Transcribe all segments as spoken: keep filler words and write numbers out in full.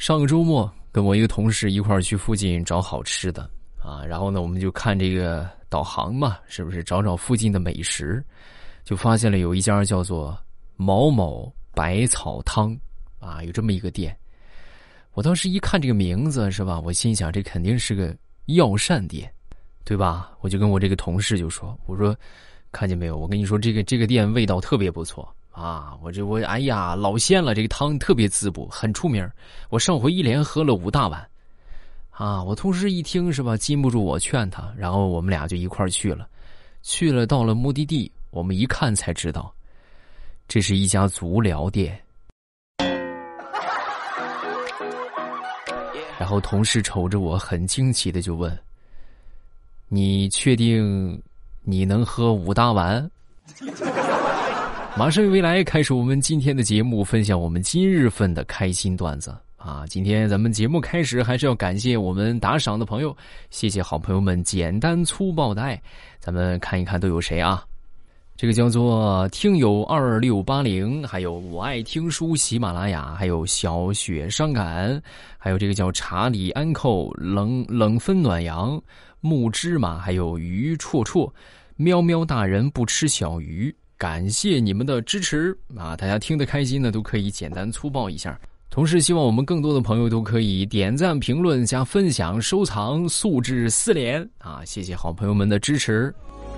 上个周末跟我一个同事一块儿去附近找好吃的啊，然后呢我们就看这个导航嘛，是不是找找附近的美食，就发现了有一家叫做某某百草汤啊，有这么一个店。我当时一看这个名字是吧，我心想这肯定是个药膳店，对吧？我就跟我这个同事就说，我说看见没有，我跟你说这个这个店味道特别不错啊，我这我哎呀老鲜了，这个汤特别滋补，很出名，我上回一连喝了五大碗啊。我同事一听是吧，禁不住我劝他，然后我们俩就一块儿去了。去了到了目的地，我们一看才知道这是一家足疗店。然后同事瞅着我很惊奇的就问，你确定你能喝五大碗？马上未来开始我们今天的节目，分享我们今日份的开心段子啊！今天咱们节目开始还是要感谢我们打赏的朋友，谢谢好朋友们简单粗暴的爱。咱们看一看都有谁啊？这个叫做听友二六八零，还有我爱听书喜马拉雅，还有小雪伤感，还有这个叫查理安扣冷冷风暖阳木芝麻，还有鱼绰绰，喵喵大人不吃小鱼。感谢你们的支持啊！大家听得开心呢，都可以简单粗暴一下。同时希望我们更多的朋友都可以点赞评论加分享收藏，素质四连啊！谢谢好朋友们的支持。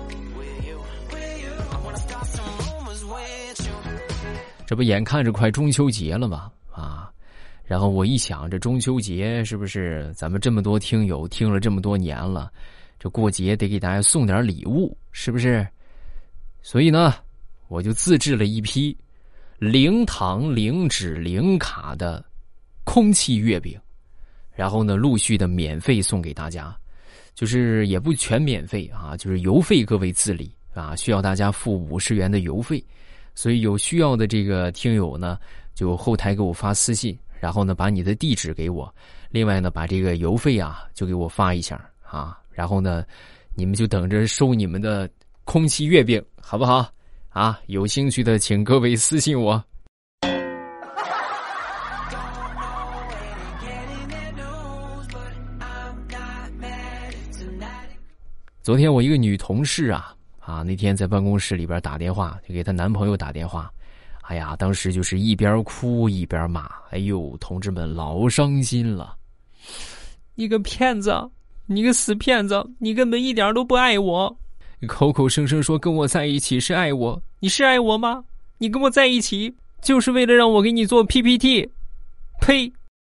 这不眼看着快中秋节了嘛啊，然后我一想，这中秋节是不是咱们这么多听友听了这么多年了，这过节得给大家送点礼物，是不是？所以呢我就自制了一批零糖零脂零卡的空气月饼，然后呢陆续的免费送给大家，就是也不全免费啊，就是邮费各位自理啊，需要大家付五十元的邮费。所以有需要的这个听友呢，就后台给我发私信，然后呢把你的地址给我，另外呢把这个邮费啊就给我发一下啊，然后呢你们就等着收你们的空气月饼，好不好啊？有兴趣的请各位私信我。昨天我一个女同事啊啊，那天在办公室里边打电话，就给她男朋友打电话，哎呀，当时就是一边哭一边骂，哎呦，同志们老伤心了。你个骗子，你个死骗子，你根本一点都不爱我，口口声声说跟我在一起是爱我，你是爱我吗？你跟我在一起就是为了让我给你做 P P T， 呸！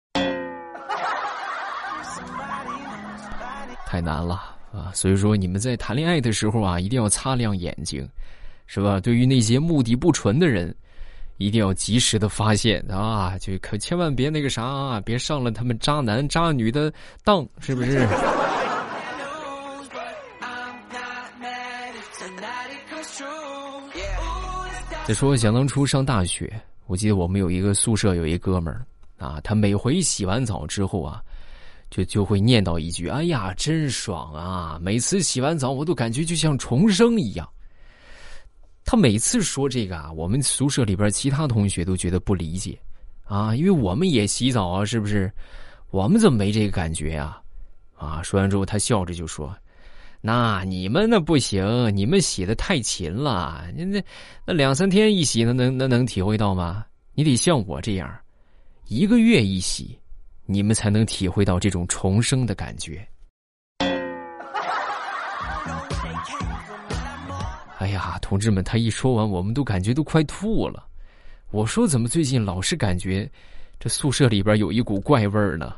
太难了啊！所以说你们在谈恋爱的时候啊，一定要擦亮眼睛，是吧？对于那些目的不纯的人，一定要及时的发现啊，就可千万别那个啥，别上了他们渣男渣女的当，是不是？再说想当初上大学，我记得我们有一个宿舍有一哥们儿啊，他每回洗完澡之后啊，就就会念叨一句，哎呀真爽啊，每次洗完澡我都感觉就像重生一样。他每次说这个啊，我们宿舍里边其他同学都觉得不理解啊，因为我们也洗澡啊，是不是？我们怎么没这个感觉啊？啊，说完之后他笑着就说，那你们那不行，你们洗得太勤了，那那那两三天一洗，那能那能体会到吗？你得像我这样，一个月一洗，你们才能体会到这种重生的感觉。哎呀，同志们，他一说完，我们都感觉都快吐了。我说怎么最近老是感觉这宿舍里边有一股怪味儿呢？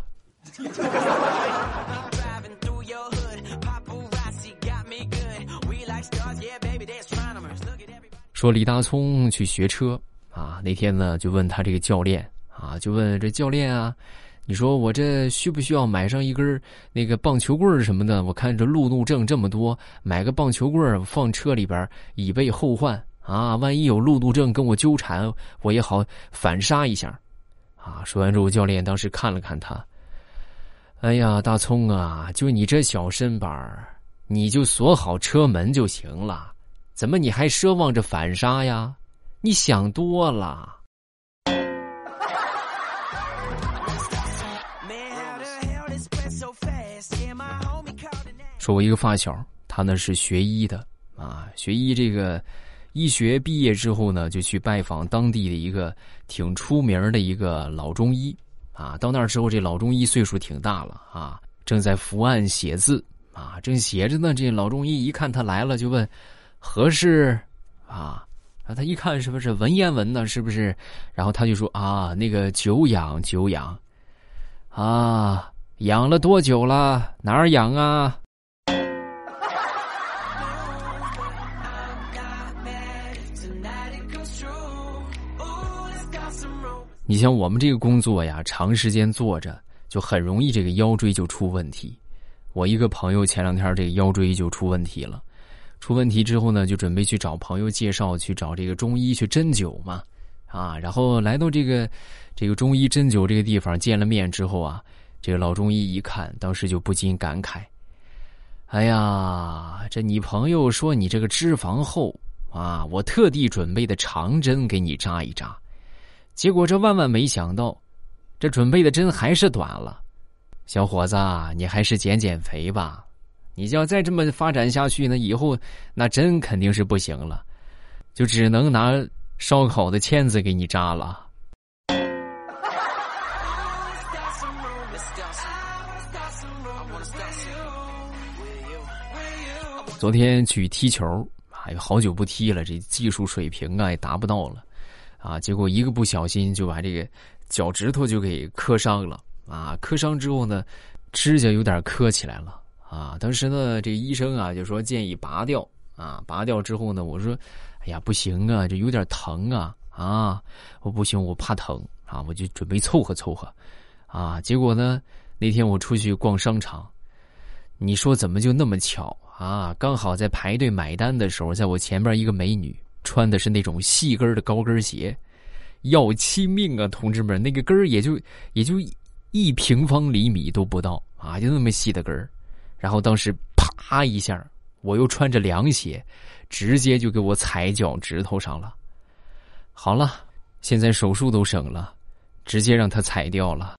说李大聪去学车啊，那天呢就问他这个教练啊，就问这教练啊，你说我这需不需要买上一根那个棒球棍什么的？我看这路怒症这么多，买个棒球棍放车里边以备后患啊，万一有路怒症跟我纠缠，我也好反杀一下啊。说完之后，教练当时看了看他，哎呀，大聪啊，就你这小身板，你就锁好车门就行了。怎么你还奢望着反杀呀？你想多了。 说我一个发小，他呢是学医的啊，学医这个医学毕业之后呢，就去拜访当地的一个挺出名的一个老中医啊。到那儿之后，这老中医岁数挺大了啊，正在伏案写字啊，正写着呢。这老中医一看他来了，就问何事啊？啊，他一看是不是文言文呢？是不是？然后他就说啊，那个久仰久仰啊，养了多久了？哪儿养啊？你像我们这个工作呀，长时间坐着，就很容易这个腰椎就出问题。我一个朋友前两天这个腰椎就出问题了，出问题之后呢，就准备去找朋友介绍，去找这个中医去针灸嘛，啊，然后来到这个这个中医针灸这个地方见了面之后啊，这个老中医一看，当时就不禁感慨：哎呀，这你朋友说你这个脂肪厚啊，我特地准备的长针给你扎一扎。结果这万万没想到，这准备的针还是短了。小伙子，你还是减减肥吧。你要再这么发展下去呢，以后那针肯定是不行了，就只能拿烧烤的签子给你扎了。昨天去踢球，哎，好久不踢了，这技术水平啊也达不到了。啊！结果一个不小心就把这个脚趾头就给磕伤了啊！磕伤之后呢，指甲有点磕起来了啊！当时呢，这个医生啊就说建议拔掉啊！拔掉之后呢，我说，哎呀，不行啊，这有点疼啊啊！我不行，我怕疼啊！我就准备凑合凑合啊！结果呢，那天我出去逛商场，你说怎么就那么巧啊？刚好在排队买单的时候，在我前边一个美女。穿的是那种细跟的高跟鞋，要亲命啊，同志们，那个跟儿也就也就一平方厘米都不到啊，就那么细的跟儿。然后当时啪一下，我又穿着凉鞋，直接就给我踩脚趾头上了。好了，现在手术都省了，直接让他踩掉了。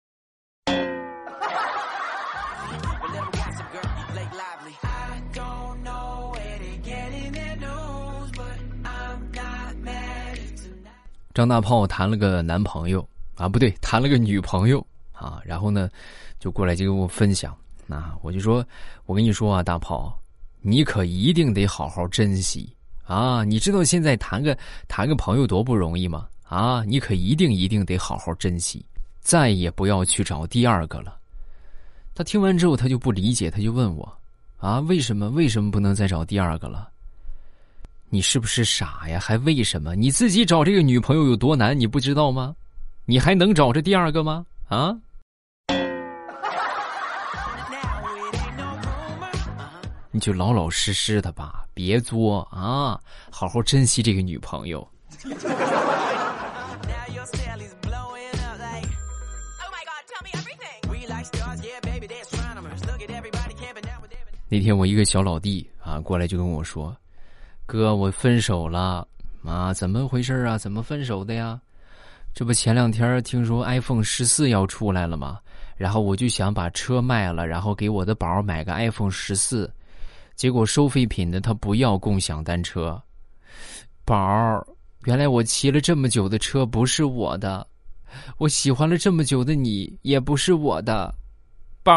张大炮谈了个男朋友啊，不对，谈了个女朋友啊，然后呢，就过来就跟我分享啊，我就说，我跟你说啊，大炮，你可一定得好好珍惜啊！你知道现在谈个谈个朋友多不容易吗？啊，你可一定一定得好好珍惜，再也不要去找第二个了。他听完之后，他就不理解，他就问我啊，为什么为什么不能再找第二个了？你是不是傻呀？还为什么？你自己找这个女朋友有多难，你不知道吗？你还能找着第二个吗？啊？你就老老实实的吧，别作啊，好好珍惜这个女朋友。那天我一个小老弟啊，过来就跟我说，哥，我分手了啊！怎么回事啊？怎么分手的呀？这不前两天听说 iPhone 十四要出来了吗？然后我就想把车卖了，然后给我的宝买个 iPhone 十四，结果收废品的他不要共享单车。宝，原来我骑了这么久的车不是我的，我喜欢了这么久的你也不是我的，宝。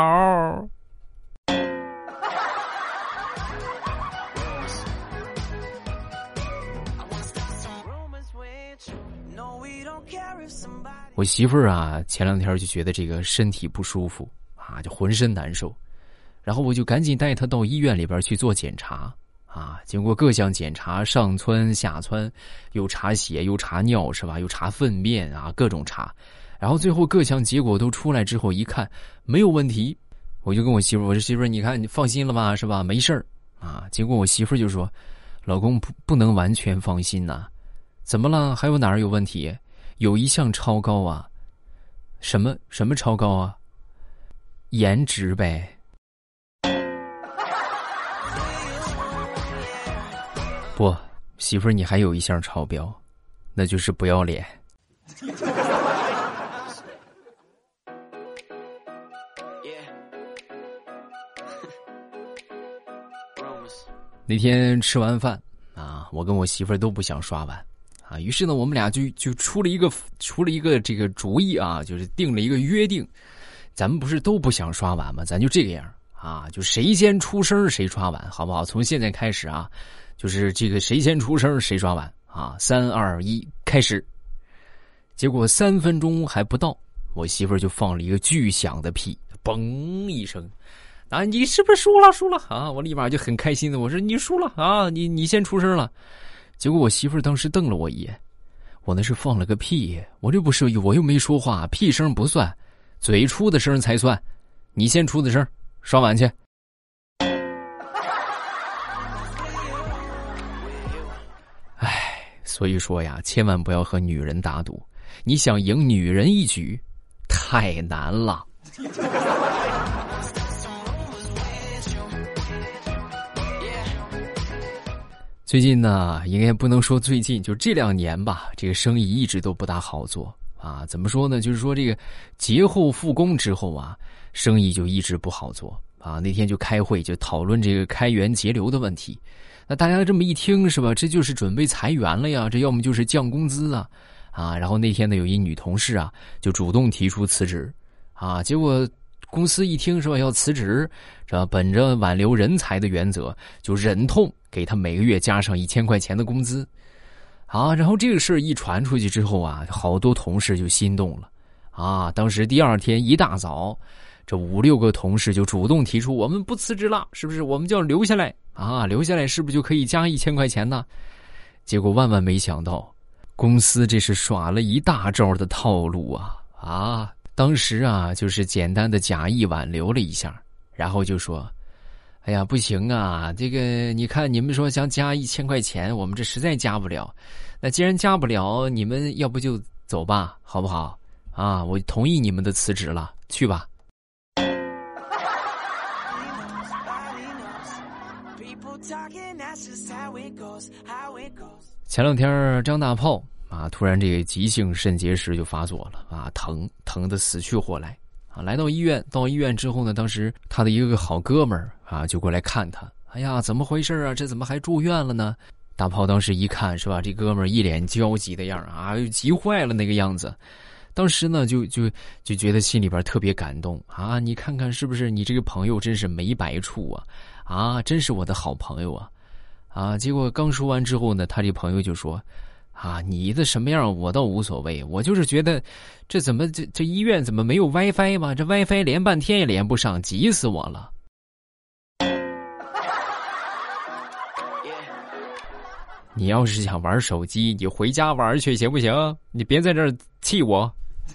我媳妇儿啊，前两天就觉得这个身体不舒服啊，就浑身难受，然后我就赶紧带她到医院里边去做检查啊。经过各项检查，上蹿下蹿，又查血又查尿是吧？又查粪便啊，各种查，然后最后各项结果都出来之后，一看没有问题，我就跟我媳妇儿，我说媳妇儿，你看你放心了吧，是吧？没事儿啊。结果我媳妇儿就说，老公不不能完全放心呐、啊，怎么了？还有哪儿有问题？有一项超高啊，什么什么超高啊？颜值呗。不，媳妇儿，你还有一项超标，那就是不要脸。 那天吃完饭啊，我跟我媳妇儿都不想刷碗啊，于是呢，我们俩就就出了一个出了一个这个主意啊，就是定了一个约定，咱们不是都不想刷碗吗？咱就这个样啊，就谁先出声谁刷碗，好不好？从现在开始啊，就是这个谁先出声谁刷碗啊，三二一，开始。结果三分钟还不到，我媳妇儿就放了一个巨响的屁，嘣一声。啊，你是不是输了？输了啊！我立马就很开心的，我说你输了啊，你你先出声了。结果我媳妇儿当时瞪了我一眼，我那是放了个屁，我这不是我又没说话，屁声不算，嘴出的声才算。你先出的声，刷碗去。唉，所以说呀，千万不要和女人打赌，你想赢女人一局，太难了。最近呢，应该不能说最近，就这两年吧，这个生意一直都不大好做啊。怎么说呢？就是说这个节后复工之后啊，生意就一直不好做啊。那天就开会，就讨论这个开源节流的问题。那大家这么一听是吧？这就是准备裁员了呀，这要么就是降工资啊啊。然后那天呢，有一女同事啊，就主动提出辞职啊，结果公司一听是吧要辞职，这本着挽留人才的原则，就忍痛给他每个月加上一千块钱的工资，啊，然后这个事儿一传出去之后啊，好多同事就心动了，啊，当时第二天一大早，这五六个同事就主动提出，我们不辞职了，是不是？我们就要留下来啊，留下来是不是就可以加一千块钱呢？结果万万没想到，公司这是耍了一大招的套路啊啊！当时啊，就是简单的假意挽留了一下，然后就说：“哎呀，不行啊，这个你看你们说想加一千块钱，我们这实在加不了。那既然加不了，你们要不就走吧，好不好？啊，我同意你们的辞职了，去吧。”前两天张大炮啊，突然这个急性肾结石就发作了啊，疼疼得死去活来啊！来到医院，到医院之后呢，当时他的一个好哥们儿啊就过来看他，哎呀，怎么回事啊？这怎么还住院了呢？大炮当时一看是吧，这哥们儿一脸焦急的样啊，急坏了那个样子。当时呢，就就就觉得心里边特别感动啊！你看看是不是？你这个朋友真是没白处啊！啊，真是我的好朋友啊！啊，结果刚说完之后呢，他这朋友就说。啊，你的什么样我倒无所谓，我就是觉得这怎么这这医院怎么没有 WiFi 吗？这 WiFi 连半天也连不上，急死我了。你要是想玩手机，你回家玩去行不行？你别在这儿气我。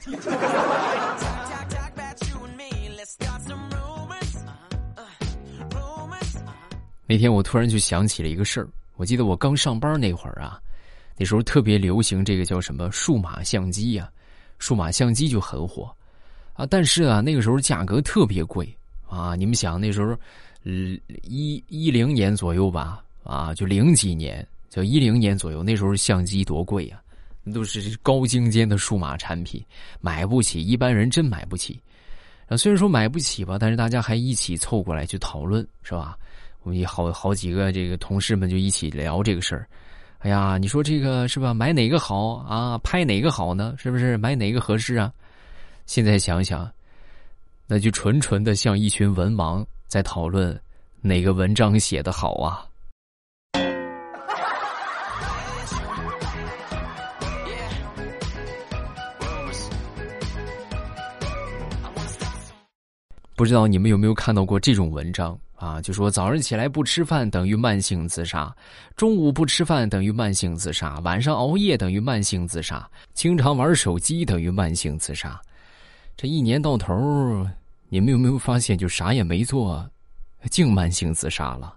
那天我突然就想起了一个事儿，我记得我刚上班那会儿啊。那时候特别流行这个叫什么数码相机呀、啊，数码相机就很火啊，但是啊那个时候价格特别贵啊，你们想那时候，呃一一零年左右吧，啊就零几年，就一零年左右，那时候相机多贵呀、啊，那都是高精尖的数码产品，买不起，一般人真买不起。啊，虽然说买不起吧，但是大家还一起凑过来去讨论，是吧？我们好好几个这个同事们就一起聊这个事儿。哎呀，你说这个是吧？买哪个好啊？拍哪个好呢？是不是买哪个合适啊？现在想想，那就纯纯的像一群文盲在讨论哪个文章写得好啊。不知道你们有没有看到过这种文章？啊，就说早上起来不吃饭等于慢性自杀，中午不吃饭等于慢性自杀，晚上熬夜等于慢性自杀，经常玩手机等于慢性自杀。这一年到头，你们有没有发现，就啥也没做，净慢性自杀了？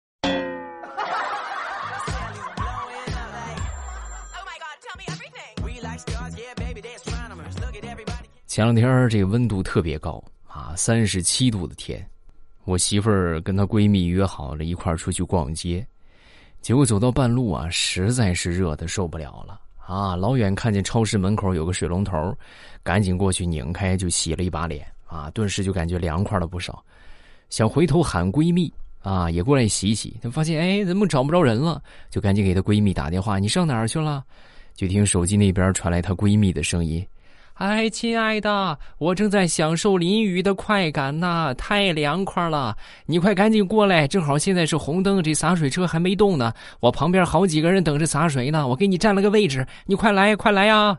前两天这个温度特别高啊，三十七度的天。我媳妇儿跟她闺蜜约好了一块儿出去逛街，结果走到半路啊，实在是热得受不了了啊！老远看见超市门口有个水龙头，赶紧过去拧开就洗了一把脸啊，顿时就感觉凉快了不少。想回头喊闺蜜啊，也过来洗洗。她发现哎，怎么找不着人了，就赶紧给她闺蜜打电话，你上哪儿去了？就听手机那边传来她闺蜜的声音，哎，亲爱的，我正在享受淋雨的快感呢，太凉快了，你快赶紧过来，正好现在是红灯，这洒水车还没动呢，我旁边好几个人等着洒水呢，我给你占了个位置，你快来快来啊。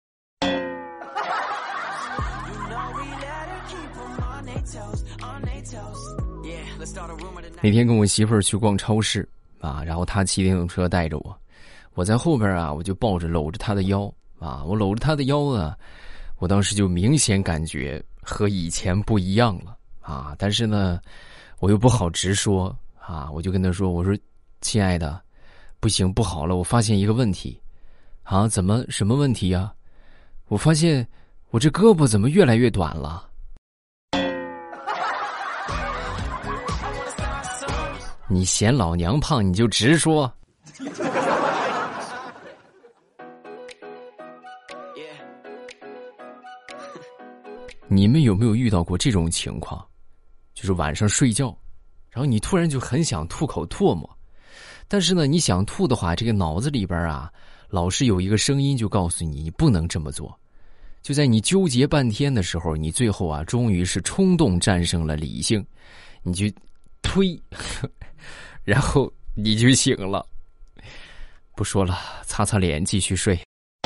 那天跟我媳妇儿去逛超市啊，然后她骑电动车带着我，我在后边啊，我就抱着搂着她的腰啊，我搂着她的腰呢，我当时就明显感觉和以前不一样了啊，但是呢，我又不好直说啊，我就跟她说，我说亲爱的，不行不好了，我发现一个问题啊，怎么什么问题呀？我发现我这胳膊怎么越来越短了？你嫌老娘胖你就直说。你们有没有遇到过这种情况，就是晚上睡觉，然后你突然就很想吐口唾沫，但是呢你想吐的话，这个脑子里边啊老是有一个声音就告诉你你不能这么做，就在你纠结半天的时候，你最后啊终于是冲动战胜了理性，你就推然后你就醒了。不说了，擦擦脸继续睡。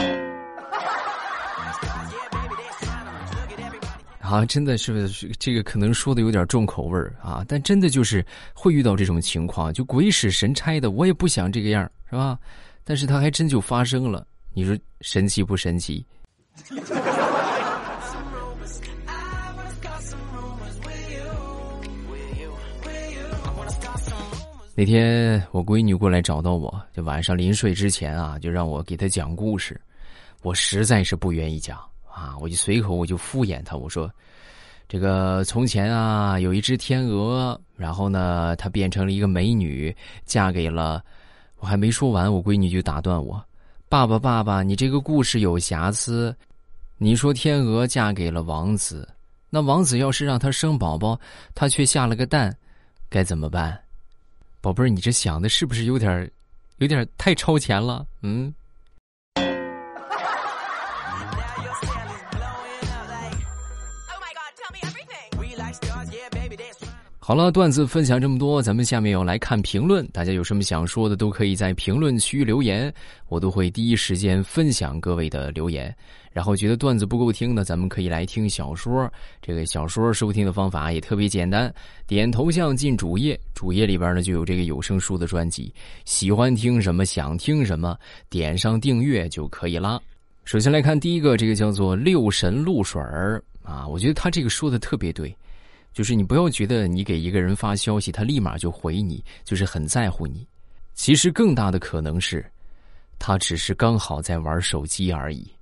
啊，真的是这个可能说的有点重口味啊，但真的就是会遇到这种情况，就鬼使神差的，我也不想这个样，是吧？但是它还真就发生了，你说神奇不神奇？那天我闺女过来找到我，就晚上临睡之前啊，就让我给她讲故事。我实在是不愿意讲啊，我就随口我就敷衍她，我说这个从前啊有一只天鹅，然后呢它变成了一个美女，嫁给了……我还没说完，我闺女就打断我，爸爸爸爸，你这个故事有瑕疵，你说天鹅嫁给了王子，那王子要是让她生宝宝，她却下了个蛋，该怎么办？宝贝儿，你这想的是不是有点有点太超前了？嗯。好了，段子分享这么多，咱们下面要来看评论，大家有什么想说的都可以在评论区留言，我都会第一时间分享各位的留言。然后觉得段子不够听呢，咱们可以来听小说，这个小说收听的方法也特别简单，点头像进主页，主页里边呢就有这个有声书的专辑，喜欢听什么想听什么，点上订阅就可以啦。首先来看第一个，这个叫做六神露水儿啊，我觉得他这个说的特别对，就是你不要觉得你给一个人发消息他立马就回你，就是很在乎你，其实更大的可能是他只是刚好在玩手机而已。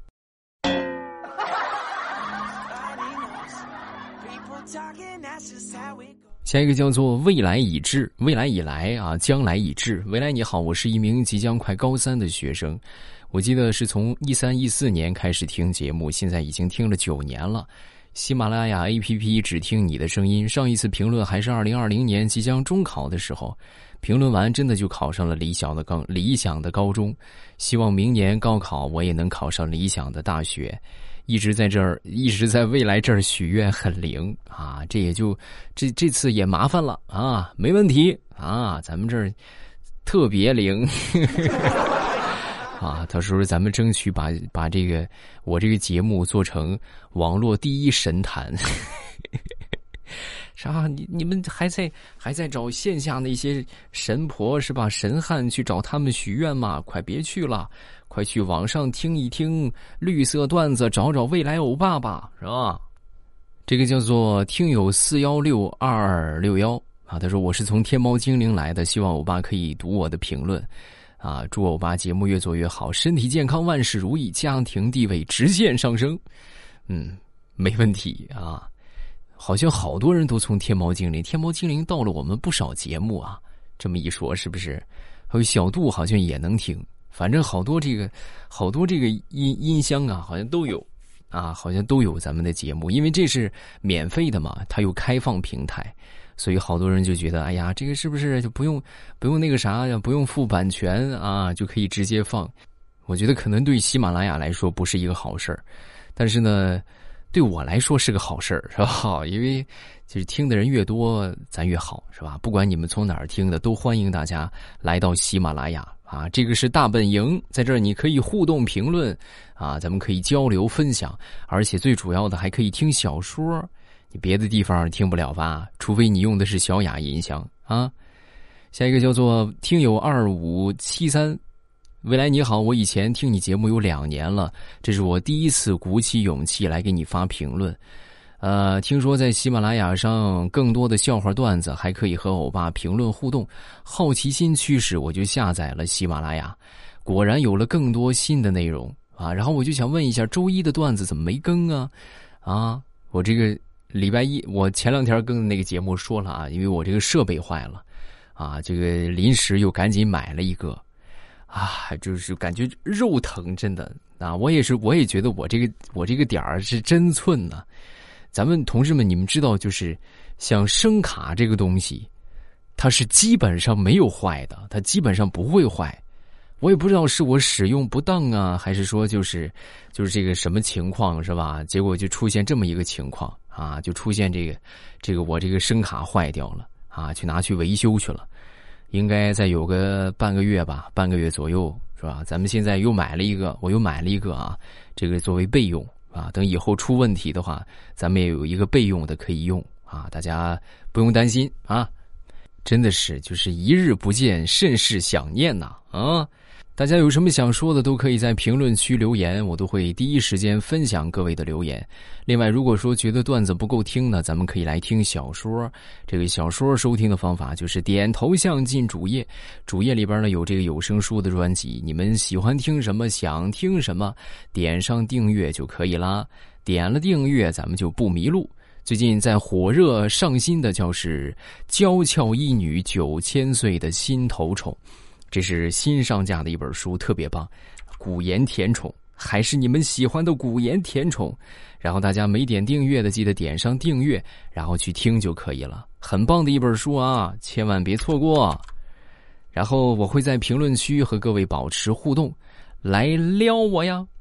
下一个叫做未来已至，未来以来啊，将来已至。未来你好，我是一名即将快高三的学生，我记得是从一三一四年开始听节目，现在已经听了九年了。喜马拉雅 A P P 只听你的声音，上一次评论还是二零二零年即将中考的时候，评论完真的就考上了理想的高理想的高中，希望明年高考我也能考上理想的大学。一直在这儿，一直在未来这儿许愿很灵啊，这也就这这次也麻烦了啊，没问题啊，咱们这儿特别灵啊，到时候咱们争取把把这个我这个节目做成网络第一神坛。啥？你你们还在还在找线下的一些神婆是吧？神汉去找他们许愿吗？快别去了，快去网上听一听绿色段子，找找未来欧巴吧，是吧？这个叫做听友四幺六二二六幺啊，他说我是从天猫精灵来的，希望欧巴可以读我的评论啊，祝欧巴节目越做越好，身体健康，万事如意，家庭地位直线上升。嗯，没问题啊。好像好多人都从天猫精灵，天猫精灵到了我们不少节目啊，这么一说是不是？还有小度好像也能听，反正好多这个好多这个音音箱啊，好像都有啊，好像都有咱们的节目，因为这是免费的嘛，它有开放平台， 所以好多人就觉得，哎呀，这个是不是就不用不用那个啥呀，不用付版权啊，就可以直接放？我觉得可能对喜马拉雅来说不是一个好事儿，但是呢，对我来说是个好事儿，是吧？因为就是听的人越多，咱越好，是吧？不管你们从哪儿听的，都欢迎大家来到喜马拉雅啊！这个是大本营，在这儿你可以互动评论啊，咱们可以交流分享，而且最主要的还可以听小说。你别的地方听不了吧？除非你用的是小雅音箱啊。下一个叫做听友二五七三。未来你好，我以前听你节目有两年了，这是我第一次鼓起勇气来给你发评论。呃，听说在喜马拉雅上更多的笑话段子还可以和欧巴评论互动，好奇心驱使我就下载了喜马拉雅，果然有了更多新的内容啊。然后我就想问一下，周一的段子怎么没更啊？啊，我这个礼拜一，我前两天跟那个节目说了啊，因为我这个设备坏了啊，这个临时又赶紧买了一个。啊，就是感觉肉疼，真的啊！我也是，我也觉得我这个我这个点儿是真寸呢。咱们同志们，你们知道，就是像声卡这个东西，它是基本上没有坏的，它基本上不会坏。我也不知道是我使用不当啊，还是说就是就是这个什么情况是吧？结果就出现这么一个情况啊，就出现这个这个我这个声卡坏掉了啊，去拿去维修去了。应该再有个半个月吧，半个月左右是吧？咱们现在又买了一个，我又买了一个啊，这个作为备用啊，等以后出问题的话，咱们也有一个备用的可以用啊，大家不用担心啊。真的是就是一日不见，甚是想念呐啊！大家有什么想说的，都可以在评论区留言，我都会第一时间分享各位的留言。另外，如果说觉得段子不够听呢，咱们可以来听小说。这个小说收听的方法就是点头像进主页，主页里边呢有这个有声书的专辑，你们喜欢听什么，想听什么，点上订阅就可以啦。点了订阅，咱们就不迷路。最近在火热上新的叫是娇俏一女九千岁的心头宠。这是新上架的一本书，特别棒，古言甜宠，还是你们喜欢的古言甜宠。然后大家没点订阅的记得点上订阅，然后去听就可以了，很棒的一本书啊，千万别错过。然后我会在评论区和各位保持互动，来撩我呀。